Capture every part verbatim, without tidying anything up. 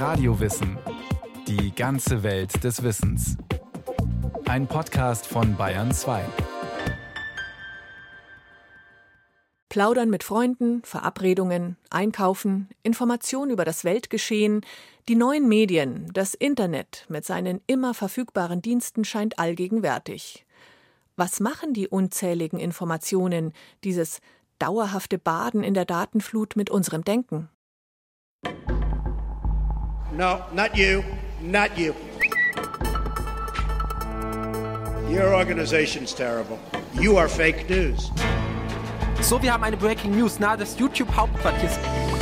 Radiowissen. Die ganze Welt des Wissens. Ein Podcast von Bayern zwei. Plaudern mit Freunden, Verabredungen, Einkaufen, Informationen über das Weltgeschehen, die neuen Medien, das Internet mit seinen immer verfügbaren Diensten scheint allgegenwärtig. Was machen die unzähligen Informationen, dieses dauerhafte Baden in der Datenflut mit unserem Denken? No, not you, not you. Your organization's terrible. You are fake news. So, wir haben eine Breaking News nahe des YouTube-Hauptquartiers.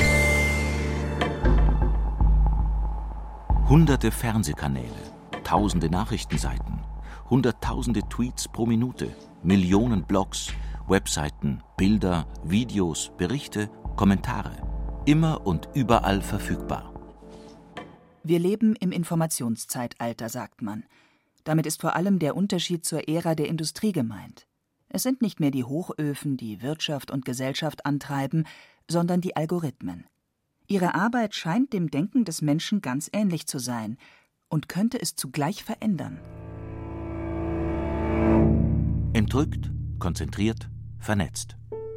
Hunderte Fernsehkanäle, tausende Nachrichtenseiten, hunderttausende Tweets pro Minute, Millionen Blogs, Webseiten, Bilder, Videos, Berichte, Kommentare. Immer und überall verfügbar. Wir leben im Informationszeitalter, sagt man. Damit ist vor allem der Unterschied zur Ära der Industrie gemeint. Es sind nicht mehr die Hochöfen, die Wirtschaft und Gesellschaft antreiben, sondern die Algorithmen. Ihre Arbeit scheint dem Denken des Menschen ganz ähnlich zu sein und könnte es zugleich verändern. Entrückt, konzentriert, vernetzt.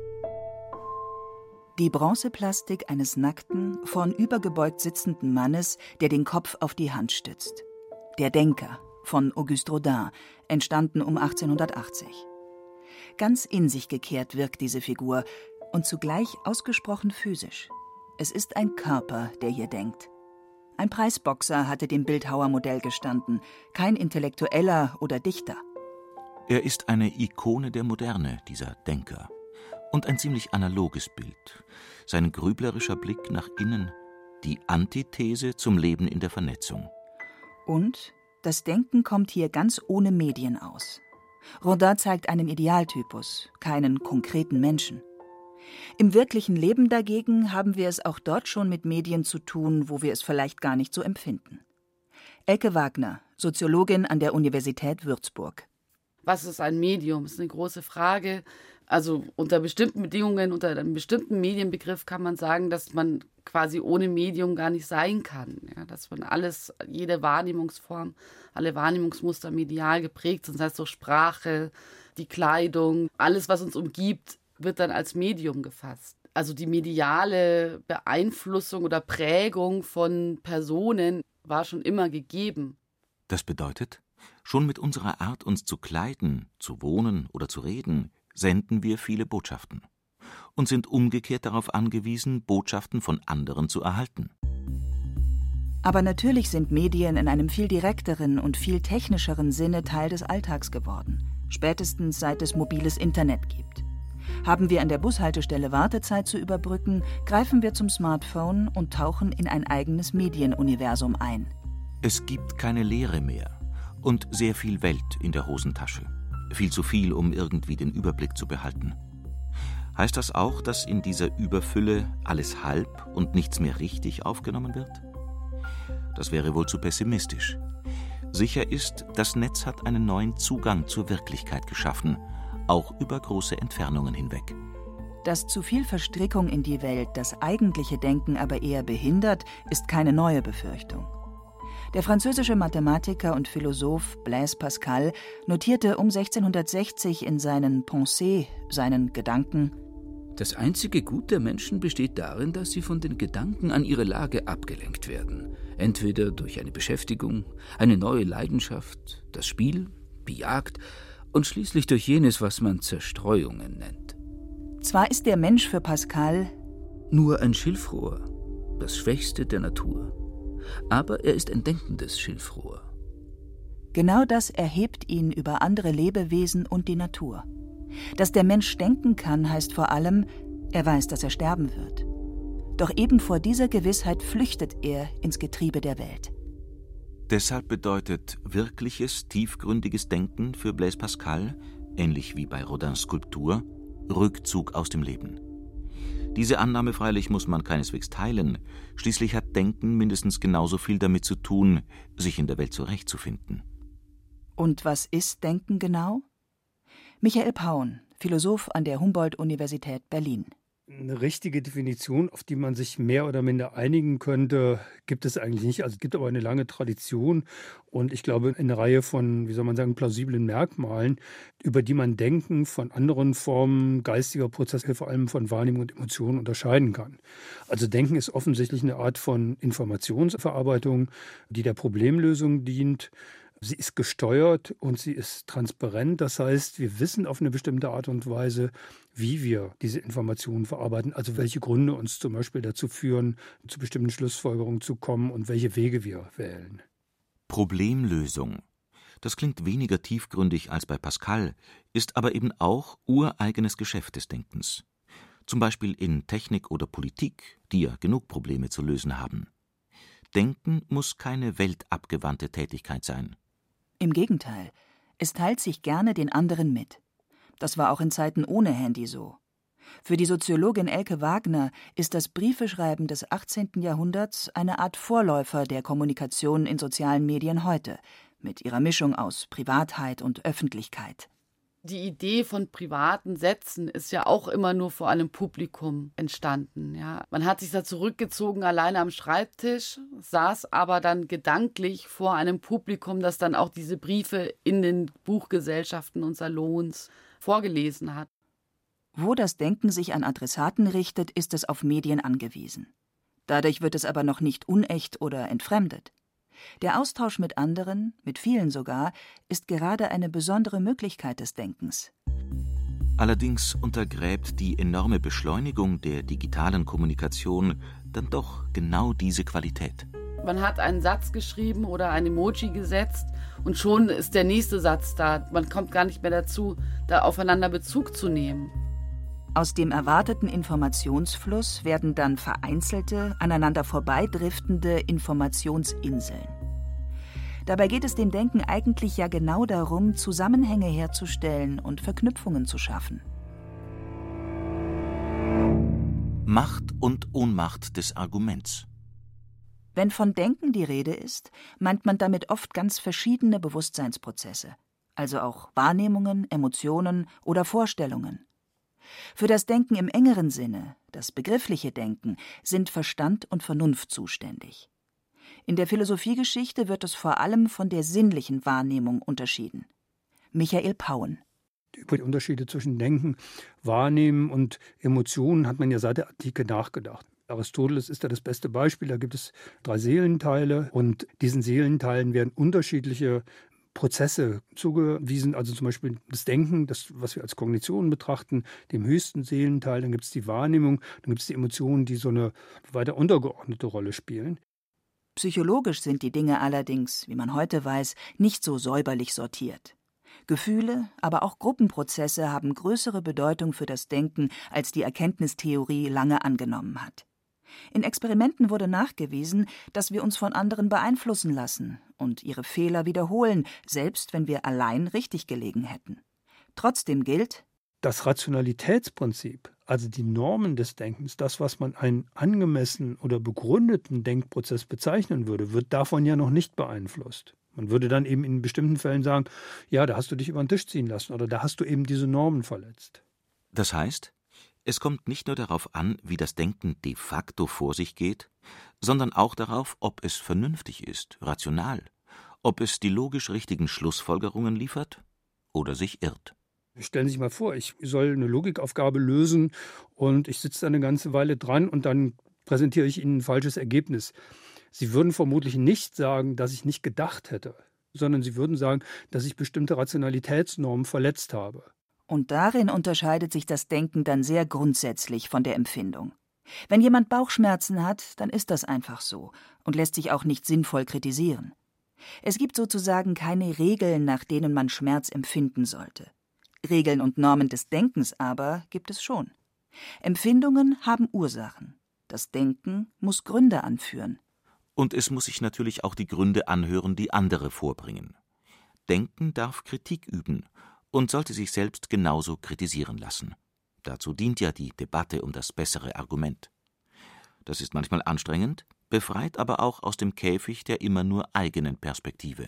Die Bronzeplastik eines nackten, vornübergebeugt sitzenden Mannes, der den Kopf auf die Hand stützt. Der Denker von Auguste Rodin, entstanden um achtzehnhundertachtzig. Ganz in sich gekehrt wirkt diese Figur und zugleich ausgesprochen physisch. Es ist ein Körper, der hier denkt. Ein Preisboxer hatte dem Bildhauermodell gestanden, kein Intellektueller oder Dichter. Er ist eine Ikone der Moderne, dieser Denker. Und ein ziemlich analoges Bild. Sein grüblerischer Blick nach innen, die Antithese zum Leben in der Vernetzung. Und das Denken kommt hier ganz ohne Medien aus. Rodin zeigt einen Idealtypus, keinen konkreten Menschen. Im wirklichen Leben dagegen haben wir es auch dort schon mit Medien zu tun, wo wir es vielleicht gar nicht so empfinden. Elke Wagner, Soziologin an der Universität Würzburg. Was ist ein Medium? Das ist eine große Frage. Also unter bestimmten Bedingungen, unter einem bestimmten Medienbegriff kann man sagen, dass man quasi ohne Medium gar nicht sein kann. Ja, dass man alles, jede Wahrnehmungsform, alle Wahrnehmungsmuster medial geprägt sind. Das heißt so Sprache, die Kleidung, alles, was uns umgibt, wird dann als Medium gefasst. Also die mediale Beeinflussung oder Prägung von Personen war schon immer gegeben. Das bedeutet, schon mit unserer Art, uns zu kleiden, zu wohnen oder zu reden, senden wir viele Botschaften und sind umgekehrt darauf angewiesen, Botschaften von anderen zu erhalten. Aber natürlich sind Medien in einem viel direkteren und viel technischeren Sinne Teil des Alltags geworden, spätestens seit es mobiles Internet gibt. Haben wir an der Bushaltestelle Wartezeit zu überbrücken, greifen wir zum Smartphone und tauchen in ein eigenes Medienuniversum ein. Es gibt keine Leere mehr und sehr viel Welt in der Hosentasche. Viel zu viel, um irgendwie den Überblick zu behalten. Heißt das auch, dass in dieser Überfülle alles halb und nichts mehr richtig aufgenommen wird? Das wäre wohl zu pessimistisch. Sicher ist, das Netz hat einen neuen Zugang zur Wirklichkeit geschaffen, auch über große Entfernungen hinweg. Dass zu viel Verstrickung in die Welt das eigentliche Denken aber eher behindert, ist keine neue Befürchtung. Der französische Mathematiker und Philosoph Blaise Pascal notierte um sechzehnhundertsechzig in seinen Pensées, seinen Gedanken: Das einzige Gut der Menschen besteht darin, dass sie von den Gedanken an ihre Lage abgelenkt werden. Entweder durch eine Beschäftigung, eine neue Leidenschaft, das Spiel, die Jagd und schließlich durch jenes, was man Zerstreuungen nennt. Zwar ist der Mensch für Pascal nur ein Schilfrohr, das Schwächste der Natur. Aber er ist ein denkendes Schilfrohr. Genau das erhebt ihn über andere Lebewesen und die Natur. Dass der Mensch denken kann, heißt vor allem, er weiß, dass er sterben wird. Doch eben vor dieser Gewissheit flüchtet er ins Getriebe der Welt. Deshalb bedeutet wirkliches, tiefgründiges Denken für Blaise Pascal, ähnlich wie bei Rodins Skulptur, Rückzug aus dem Leben. Diese Annahme freilich muss man keineswegs teilen. Schließlich hat Denken mindestens genauso viel damit zu tun, sich in der Welt zurechtzufinden. Und was ist Denken genau? Michael Paun, Philosoph an der Humboldt-Universität Berlin. Eine richtige Definition, auf die man sich mehr oder minder einigen könnte, gibt es eigentlich nicht. Also es gibt aber eine lange Tradition und ich glaube eine Reihe von, wie soll man sagen, plausiblen Merkmalen, über die man Denken von anderen Formen geistiger Prozesse, vor allem von Wahrnehmung und Emotionen, unterscheiden kann. Also Denken ist offensichtlich eine Art von Informationsverarbeitung, die der Problemlösung dient. Sie ist gesteuert und sie ist transparent. Das heißt, wir wissen auf eine bestimmte Art und Weise, wie wir diese Informationen verarbeiten, also welche Gründe uns zum Beispiel dazu führen, zu bestimmten Schlussfolgerungen zu kommen und welche Wege wir wählen. Problemlösung. Das klingt weniger tiefgründig als bei Pascal, ist aber eben auch ureigenes Geschäft des Denkens. Zum Beispiel in Technik oder Politik, die ja genug Probleme zu lösen haben. Denken muss keine weltabgewandte Tätigkeit sein. Im Gegenteil, es teilt sich gerne den anderen mit. Das war auch in Zeiten ohne Handy so. Für die Soziologin Elke Wagner ist das Briefeschreiben des achtzehnten Jahrhunderts eine Art Vorläufer der Kommunikation in sozialen Medien heute, mit ihrer Mischung aus Privatheit und Öffentlichkeit. Die Idee von privaten Sätzen ist ja auch immer nur vor einem Publikum entstanden. Ja. Man hat sich da zurückgezogen, alleine am Schreibtisch, saß aber dann gedanklich vor einem Publikum, das dann auch diese Briefe in den Buchgesellschaften und Salons vorgelesen hat. Wo das Denken sich an Adressaten richtet, ist es auf Medien angewiesen. Dadurch wird es aber noch nicht unecht oder entfremdet. Der Austausch mit anderen, mit vielen sogar, ist gerade eine besondere Möglichkeit des Denkens. Allerdings untergräbt die enorme Beschleunigung der digitalen Kommunikation dann doch genau diese Qualität. Man hat einen Satz geschrieben oder ein Emoji gesetzt und schon ist der nächste Satz da. Man kommt gar nicht mehr dazu, da aufeinander Bezug zu nehmen. Aus dem erwarteten Informationsfluss werden dann vereinzelte, aneinander vorbeidriftende Informationsinseln. Dabei geht es dem Denken eigentlich ja genau darum, Zusammenhänge herzustellen und Verknüpfungen zu schaffen. Macht und Ohnmacht des Arguments. Wenn von Denken die Rede ist, meint man damit oft ganz verschiedene Bewusstseinsprozesse, also auch Wahrnehmungen, Emotionen oder Vorstellungen. Für das Denken im engeren Sinne, das begriffliche Denken, sind Verstand und Vernunft zuständig. In der Philosophiegeschichte wird es vor allem von der sinnlichen Wahrnehmung unterschieden. Michael Pauen. Über die Unterschiede zwischen Denken, Wahrnehmen und Emotionen hat man ja seit der Antike nachgedacht. Aristoteles ist da das beste Beispiel. Da gibt es drei Seelenteile und diesen Seelenteilen werden unterschiedliche Prozesse zugewiesen, also zum Beispiel das Denken, das, was wir als Kognition betrachten, dem höchsten Seelenteil, dann gibt es die Wahrnehmung, dann gibt es die Emotionen, die so eine weiter untergeordnete Rolle spielen. Psychologisch sind die Dinge allerdings, wie man heute weiß, nicht so säuberlich sortiert. Gefühle, aber auch Gruppenprozesse haben größere Bedeutung für das Denken, als die Erkenntnistheorie lange angenommen hat. In Experimenten wurde nachgewiesen, dass wir uns von anderen beeinflussen lassen und ihre Fehler wiederholen, selbst wenn wir allein richtig gelegen hätten. Trotzdem gilt: Das Rationalitätsprinzip, also die Normen des Denkens, das, was man einen angemessenen oder begründeten Denkprozess bezeichnen würde, wird davon ja noch nicht beeinflusst. Man würde dann eben in bestimmten Fällen sagen, ja, da hast du dich über den Tisch ziehen lassen oder da hast du eben diese Normen verletzt. Das heißt, es kommt nicht nur darauf an, wie das Denken de facto vor sich geht, sondern auch darauf, ob es vernünftig ist, rational, ob es die logisch richtigen Schlussfolgerungen liefert oder sich irrt. Stellen Sie sich mal vor, ich soll eine Logikaufgabe lösen und ich sitze da eine ganze Weile dran und dann präsentiere ich Ihnen ein falsches Ergebnis. Sie würden vermutlich nicht sagen, dass ich nicht gedacht hätte, sondern Sie würden sagen, dass ich bestimmte Rationalitätsnormen verletzt habe. Und darin unterscheidet sich das Denken dann sehr grundsätzlich von der Empfindung. Wenn jemand Bauchschmerzen hat, dann ist das einfach so und lässt sich auch nicht sinnvoll kritisieren. Es gibt sozusagen keine Regeln, nach denen man Schmerz empfinden sollte. Regeln und Normen des Denkens aber gibt es schon. Empfindungen haben Ursachen. Das Denken muss Gründe anführen. Und es muss sich natürlich auch die Gründe anhören, die andere vorbringen. Denken darf Kritik üben und sollte sich selbst genauso kritisieren lassen. Dazu dient ja die Debatte um das bessere Argument. Das ist manchmal anstrengend, befreit aber auch aus dem Käfig der immer nur eigenen Perspektive.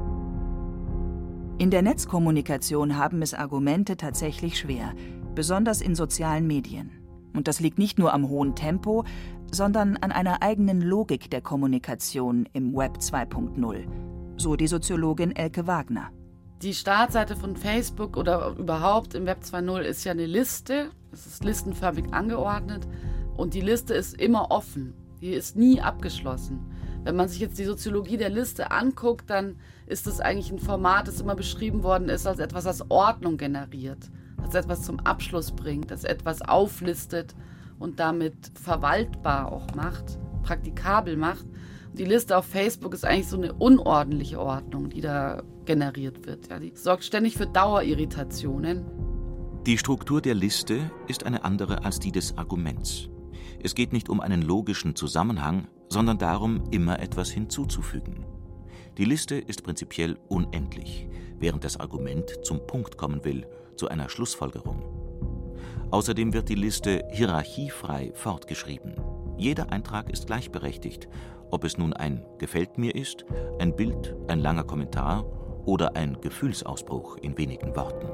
In der Netzkommunikation haben es Argumente tatsächlich schwer, besonders in sozialen Medien. Und das liegt nicht nur am hohen Tempo, sondern an einer eigenen Logik der Kommunikation im Web zwei Punkt null. So die Soziologin Elke Wagner. Die Startseite von Facebook oder überhaupt im Web zwei Punkt null ist ja eine Liste. Es ist listenförmig angeordnet und die Liste ist immer offen. Die ist nie abgeschlossen. Wenn man sich jetzt die Soziologie der Liste anguckt, dann ist es eigentlich ein Format, das immer beschrieben worden ist als etwas, das Ordnung generiert, das etwas zum Abschluss bringt, das etwas auflistet und damit verwaltbar auch macht, praktikabel macht. Und die Liste auf Facebook ist eigentlich so eine unordentliche Ordnung, die da generiert wird. Ja, die sorgt ständig für Dauerirritationen. Die Struktur der Liste ist eine andere als die des Arguments. Es geht nicht um einen logischen Zusammenhang, sondern darum, immer etwas hinzuzufügen. Die Liste ist prinzipiell unendlich, während das Argument zum Punkt kommen will, zu einer Schlussfolgerung. Außerdem wird die Liste hierarchiefrei fortgeschrieben. Jeder Eintrag ist gleichberechtigt, ob es nun ein Gefällt mir ist, ein Bild, ein langer Kommentar oder ein Gefühlsausbruch in wenigen Worten.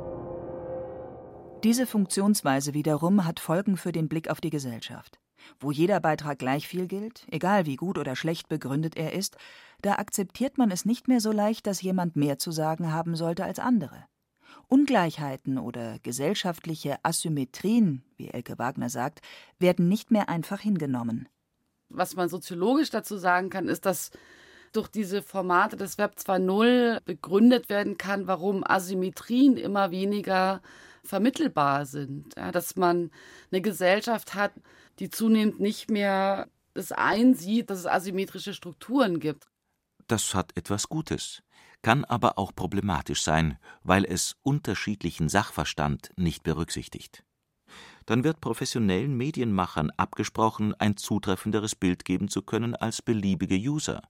Diese Funktionsweise wiederum hat Folgen für den Blick auf die Gesellschaft. Wo jeder Beitrag gleich viel gilt, egal wie gut oder schlecht begründet er ist, da akzeptiert man es nicht mehr so leicht, dass jemand mehr zu sagen haben sollte als andere. Ungleichheiten oder gesellschaftliche Asymmetrien, wie Elke Wagner sagt, werden nicht mehr einfach hingenommen. Was man soziologisch dazu sagen kann, ist, dass durch diese Formate des Web zwei Punkt null begründet werden kann, warum Asymmetrien immer weniger vermittelbar sind. Ja, dass man eine Gesellschaft hat, die zunehmend nicht mehr das einsieht, dass es asymmetrische Strukturen gibt. Das hat etwas Gutes, kann aber auch problematisch sein, weil es unterschiedlichen Sachverstand nicht berücksichtigt. Dann wird professionellen Medienmachern abgesprochen, ein zutreffenderes Bild geben zu können als beliebige User.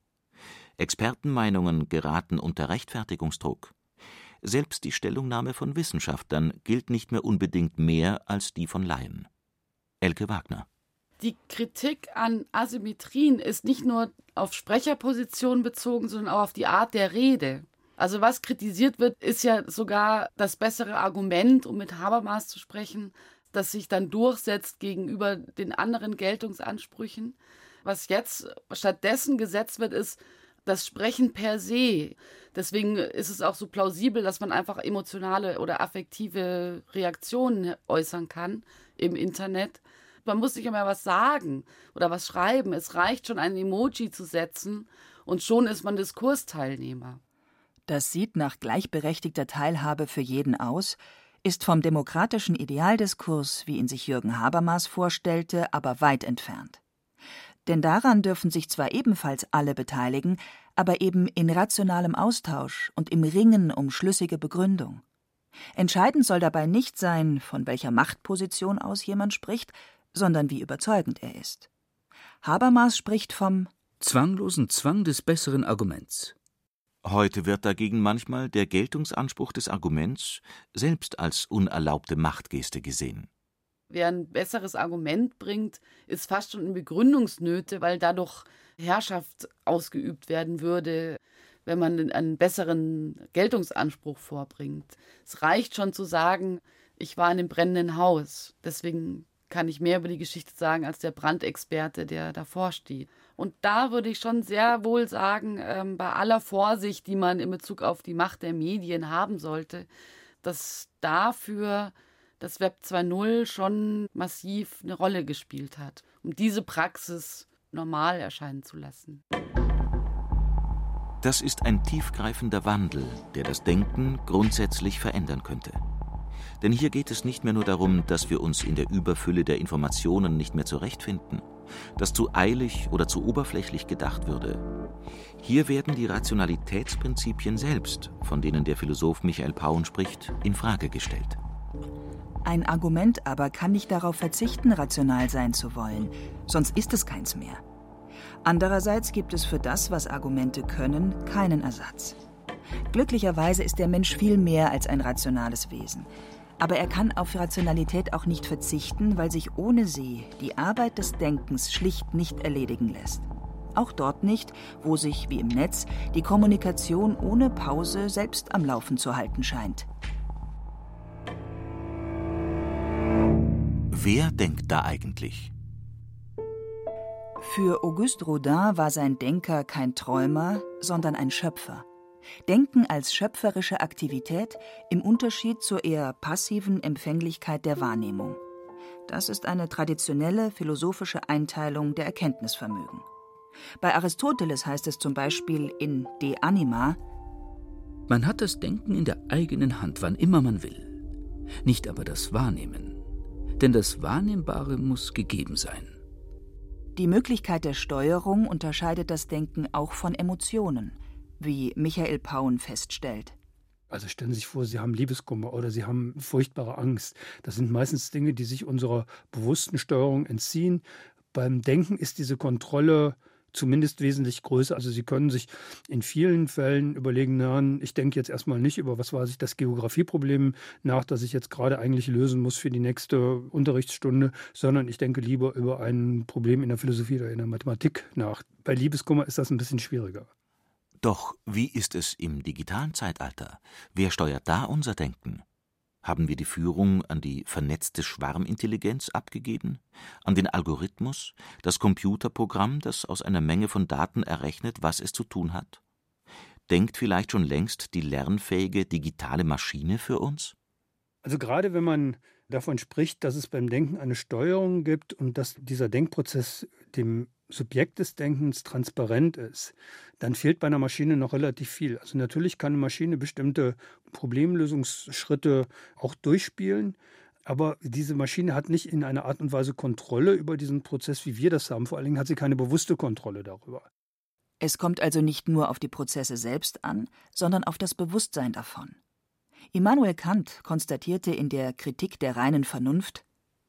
Expertenmeinungen geraten unter Rechtfertigungsdruck. Selbst die Stellungnahme von Wissenschaftlern gilt nicht mehr unbedingt mehr als die von Laien. Elke Wagner. Die Kritik an Asymmetrien ist nicht nur auf Sprecherpositionen bezogen, sondern auch auf die Art der Rede. Also was kritisiert wird, ist ja sogar das bessere Argument, um mit Habermas zu sprechen, das sich dann durchsetzt gegenüber den anderen Geltungsansprüchen. Was jetzt stattdessen gesetzt wird, ist das Sprechen per se. Deswegen ist es auch so plausibel, dass man einfach emotionale oder affektive Reaktionen äußern kann im Internet. Man muss nicht mehr was sagen oder was schreiben. Es reicht schon, ein Emoji zu setzen und schon ist man Diskursteilnehmer. Das sieht nach gleichberechtigter Teilhabe für jeden aus, ist vom demokratischen Idealdiskurs, wie ihn sich Jürgen Habermas vorstellte, aber weit entfernt. Denn daran dürfen sich zwar ebenfalls alle beteiligen, aber eben in rationalem Austausch und im Ringen um schlüssige Begründung. Entscheidend soll dabei nicht sein, von welcher Machtposition aus jemand spricht, sondern wie überzeugend er ist. Habermas spricht vom zwanglosen Zwang des besseren Arguments. Heute wird dagegen manchmal der Geltungsanspruch des Arguments selbst als unerlaubte Machtgeste gesehen. Wer ein besseres Argument bringt, ist fast schon in Begründungsnöte, weil dadurch Herrschaft ausgeübt werden würde, wenn man einen besseren Geltungsanspruch vorbringt. Es reicht schon zu sagen, ich war in einem brennenden Haus. Deswegen kann ich mehr über die Geschichte sagen als der Brandexperte, der davor steht. Und da würde ich schon sehr wohl sagen, ähm, bei aller Vorsicht, die man in Bezug auf die Macht der Medien haben sollte, dass dafür das Web zwei Punkt null schon massiv eine Rolle gespielt hat, um diese Praxis normal erscheinen zu lassen. Das ist ein tiefgreifender Wandel, der das Denken grundsätzlich verändern könnte. Denn hier geht es nicht mehr nur darum, dass wir uns in der Überfülle der Informationen nicht mehr zurechtfinden, dass zu eilig oder zu oberflächlich gedacht würde. Hier werden die Rationalitätsprinzipien selbst, von denen der Philosoph Michael Paun spricht, in Frage gestellt. Ein Argument aber kann nicht darauf verzichten, rational sein zu wollen, sonst ist es keins mehr. Andererseits gibt es für das, was Argumente können, keinen Ersatz. Glücklicherweise ist der Mensch viel mehr als ein rationales Wesen. Aber er kann auf Rationalität auch nicht verzichten, weil sich ohne sie die Arbeit des Denkens schlicht nicht erledigen lässt. Auch dort nicht, wo sich, wie im Netz, die Kommunikation ohne Pause selbst am Laufen zu halten scheint. wer denkt da eigentlich? Für Auguste Rodin war sein Denker kein Träumer, sondern ein Schöpfer. Denken als schöpferische Aktivität im Unterschied zur eher passiven Empfänglichkeit der Wahrnehmung. Das ist eine traditionelle philosophische Einteilung der Erkenntnisvermögen. Bei Aristoteles heißt es zum Beispiel in De Anima: Man hat das Denken in der eigenen Hand, wann immer man will, nicht aber das Wahrnehmen. Denn das Wahrnehmbare muss gegeben sein. Die Möglichkeit der Steuerung unterscheidet das Denken auch von Emotionen, wie Michael Paun feststellt. Also stellen Sie sich vor, Sie haben Liebeskummer oder Sie haben furchtbare Angst. Das sind meistens Dinge, die sich unserer bewussten Steuerung entziehen. Beim Denken ist diese Kontrolle zumindest wesentlich größer. Also Sie können sich in vielen Fällen überlegen, na, ich denke jetzt erstmal nicht über, was weiß ich, das Geografieproblem nach, das ich jetzt gerade eigentlich lösen muss für die nächste Unterrichtsstunde, sondern ich denke lieber über ein Problem in der Philosophie oder in der Mathematik nach. Bei Liebeskummer ist das ein bisschen schwieriger. Doch wie ist es im digitalen Zeitalter? Wer steuert da unser Denken? Haben wir die Führung an die vernetzte Schwarmintelligenz abgegeben? An den Algorithmus, das Computerprogramm, das aus einer Menge von Daten errechnet, was es zu tun hat? Denkt vielleicht schon längst die lernfähige digitale Maschine für uns? Also gerade wenn man davon spricht, dass es beim Denken eine Steuerung gibt und dass dieser Denkprozess dem Subjekt des Denkens transparent ist, dann fehlt bei einer Maschine noch relativ viel. Also natürlich kann eine Maschine bestimmte Problemlösungsschritte auch durchspielen, aber diese Maschine hat nicht in einer Art und Weise Kontrolle über diesen Prozess, wie wir das haben. Vor allen Dingen hat sie keine bewusste Kontrolle darüber. Es kommt also nicht nur auf die Prozesse selbst an, sondern auf das Bewusstsein davon. Immanuel Kant konstatierte in der Kritik der reinen Vernunft: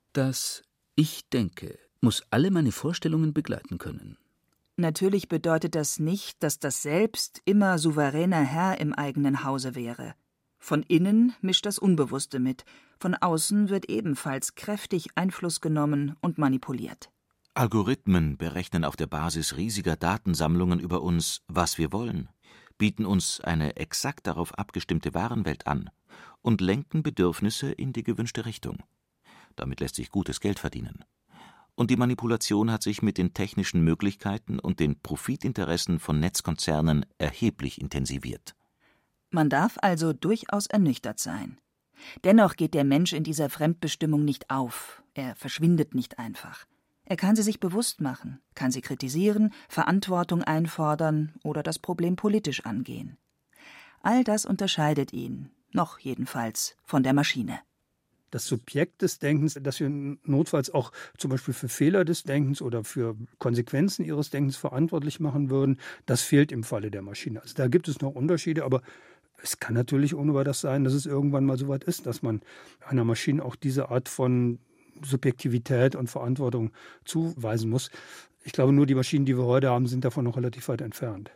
Das Ich denke muss alle meine Vorstellungen begleiten können. Natürlich bedeutet das nicht, dass das Selbst immer souveräner Herr im eigenen Hause wäre. Von innen mischt das Unbewusste mit, von außen wird ebenfalls kräftig Einfluss genommen und manipuliert. Algorithmen berechnen auf der Basis riesiger Datensammlungen über uns, was wir wollen, bieten uns eine exakt darauf abgestimmte Warenwelt an und lenken Bedürfnisse in die gewünschte Richtung. Damit lässt sich gutes Geld verdienen. Und die Manipulation hat sich mit den technischen Möglichkeiten und den Profitinteressen von Netzkonzernen erheblich intensiviert. Man darf also durchaus ernüchtert sein. Dennoch geht der Mensch in dieser Fremdbestimmung nicht auf. Er verschwindet nicht einfach. Er kann sie sich bewusst machen, kann sie kritisieren, Verantwortung einfordern oder das Problem politisch angehen. All das unterscheidet ihn, noch jedenfalls, von der Maschine. Das Subjekt des Denkens, das wir notfalls auch zum Beispiel für Fehler des Denkens oder für Konsequenzen ihres Denkens verantwortlich machen würden, das fehlt im Falle der Maschine. Also da gibt es noch Unterschiede, aber es kann natürlich ohne das sein, dass es irgendwann mal so weit ist, dass man einer Maschine auch diese Art von Subjektivität und Verantwortung zuweisen muss. Ich glaube, nur die Maschinen, die wir heute haben, sind davon noch relativ weit entfernt.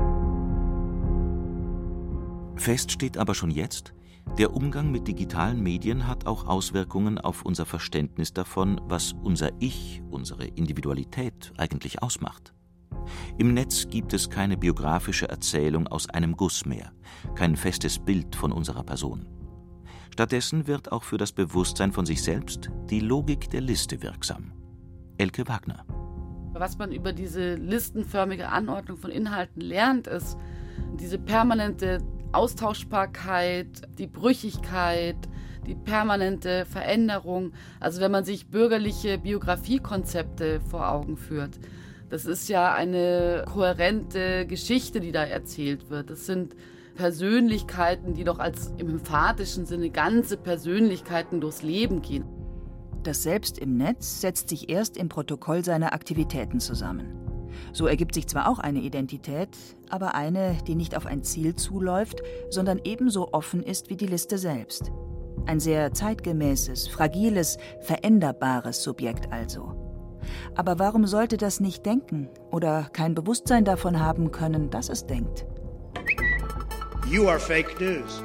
Fest steht aber schon jetzt, der Umgang mit digitalen Medien hat auch Auswirkungen auf unser Verständnis davon, was unser Ich, unsere Individualität eigentlich ausmacht. Im Netz gibt es keine biografische Erzählung aus einem Guss mehr, kein festes Bild von unserer Person. Stattdessen wird auch für das Bewusstsein von sich selbst die Logik der Liste wirksam. Elke Wagner. Was man über diese listenförmige Anordnung von Inhalten lernt, ist diese permanente Austauschbarkeit, die Brüchigkeit, die permanente Veränderung. Also wenn man sich bürgerliche Biografiekonzepte vor Augen führt, das ist ja eine kohärente Geschichte, die da erzählt wird. Das sind Persönlichkeiten, die doch als im emphatischen Sinne ganze Persönlichkeiten durchs Leben gehen. Das Selbst im Netz setzt sich erst im Protokoll seiner Aktivitäten zusammen. So ergibt sich zwar auch eine Identität, aber eine, die nicht auf ein Ziel zuläuft, sondern ebenso offen ist wie die Liste selbst. Ein sehr zeitgemäßes, fragiles, veränderbares Subjekt also. Aber warum sollte das nicht denken oder kein Bewusstsein davon haben können, dass es denkt? You are fake news.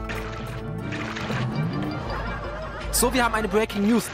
So, wir haben eine Breaking News.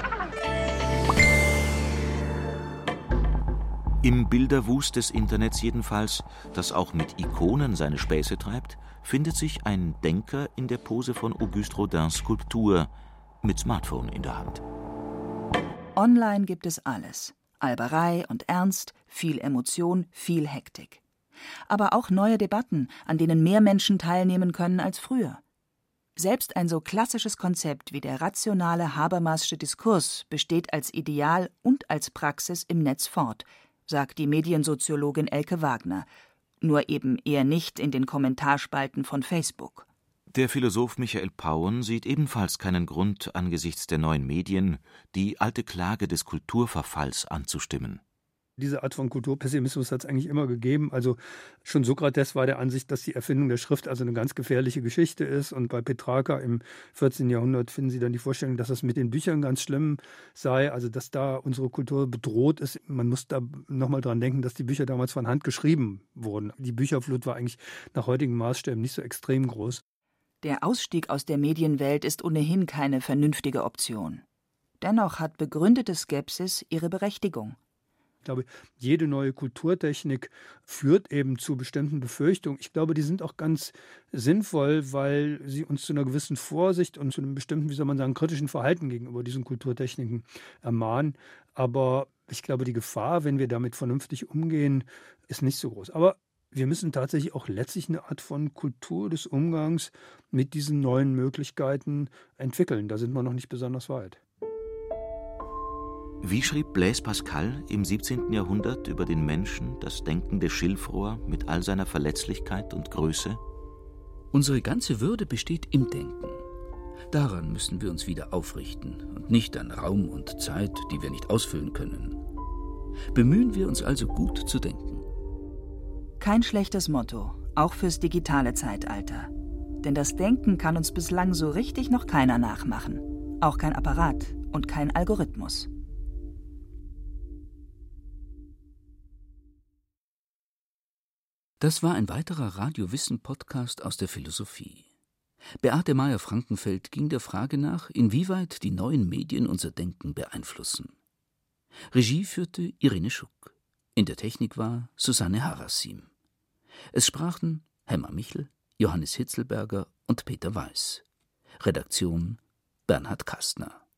Im Bilderwust des Internets jedenfalls, das auch mit Ikonen seine Späße treibt, findet sich ein Denker in der Pose von Auguste Rodins Skulptur mit Smartphone in der Hand. Online gibt es alles. Alberei und Ernst, viel Emotion, viel Hektik. Aber auch neue Debatten, an denen mehr Menschen teilnehmen können als früher. Selbst ein so klassisches Konzept wie der rationale Habermas'sche Diskurs besteht als Ideal und als Praxis im Netz fort, sagt die Mediensoziologin Elke Wagner, nur eben eher nicht in den Kommentarspalten von Facebook. Der Philosoph Michael Pauen sieht ebenfalls keinen Grund, angesichts der neuen Medien die alte Klage des Kulturverfalls anzustimmen. Diese Art von Kulturpessimismus hat es eigentlich immer gegeben. Also schon Sokrates war der Ansicht, dass die Erfindung der Schrift also eine ganz gefährliche Geschichte ist. Und bei Petrarca im vierzehnten Jahrhundert finden Sie dann die Vorstellung, dass das mit den Büchern ganz schlimm sei. Also dass da unsere Kultur bedroht ist. Man muss da nochmal dran denken, dass die Bücher damals von Hand geschrieben wurden. Die Bücherflut war eigentlich nach heutigen Maßstäben nicht so extrem groß. Der Ausstieg aus der Medienwelt ist ohnehin keine vernünftige Option. Dennoch hat begründete Skepsis ihre Berechtigung. Ich glaube, jede neue Kulturtechnik führt eben zu bestimmten Befürchtungen. Ich glaube, die sind auch ganz sinnvoll, weil sie uns zu einer gewissen Vorsicht und zu einem bestimmten, wie soll man sagen, kritischen Verhalten gegenüber diesen Kulturtechniken ermahnen. Aber ich glaube, die Gefahr, wenn wir damit vernünftig umgehen, ist nicht so groß. Aber wir müssen tatsächlich auch letztlich eine Art von Kultur des Umgangs mit diesen neuen Möglichkeiten entwickeln. Da sind wir noch nicht besonders weit. Wie schrieb Blaise Pascal im siebzehnten Jahrhundert über den Menschen, das denkende Schilfrohr mit all seiner Verletzlichkeit und Größe? Unsere ganze Würde besteht im Denken. Daran müssen wir uns wieder aufrichten und nicht an Raum und Zeit, die wir nicht ausfüllen können. Bemühen wir uns also gut zu denken. Kein schlechtes Motto, auch fürs digitale Zeitalter. Denn das Denken kann uns bislang so richtig noch keiner nachmachen. Auch kein Apparat und kein Algorithmus. Das war ein weiterer Radio-Wissen-Podcast aus der Philosophie. Beate Meyer-Frankenfeld ging der Frage nach, inwieweit die neuen Medien unser Denken beeinflussen. Regie führte Irene Schuck. In der Technik war Susanne Harassim. Es sprachen Hemmer Michel, Johannes Hitzelberger und Peter Weiß. Redaktion Bernhard Kastner.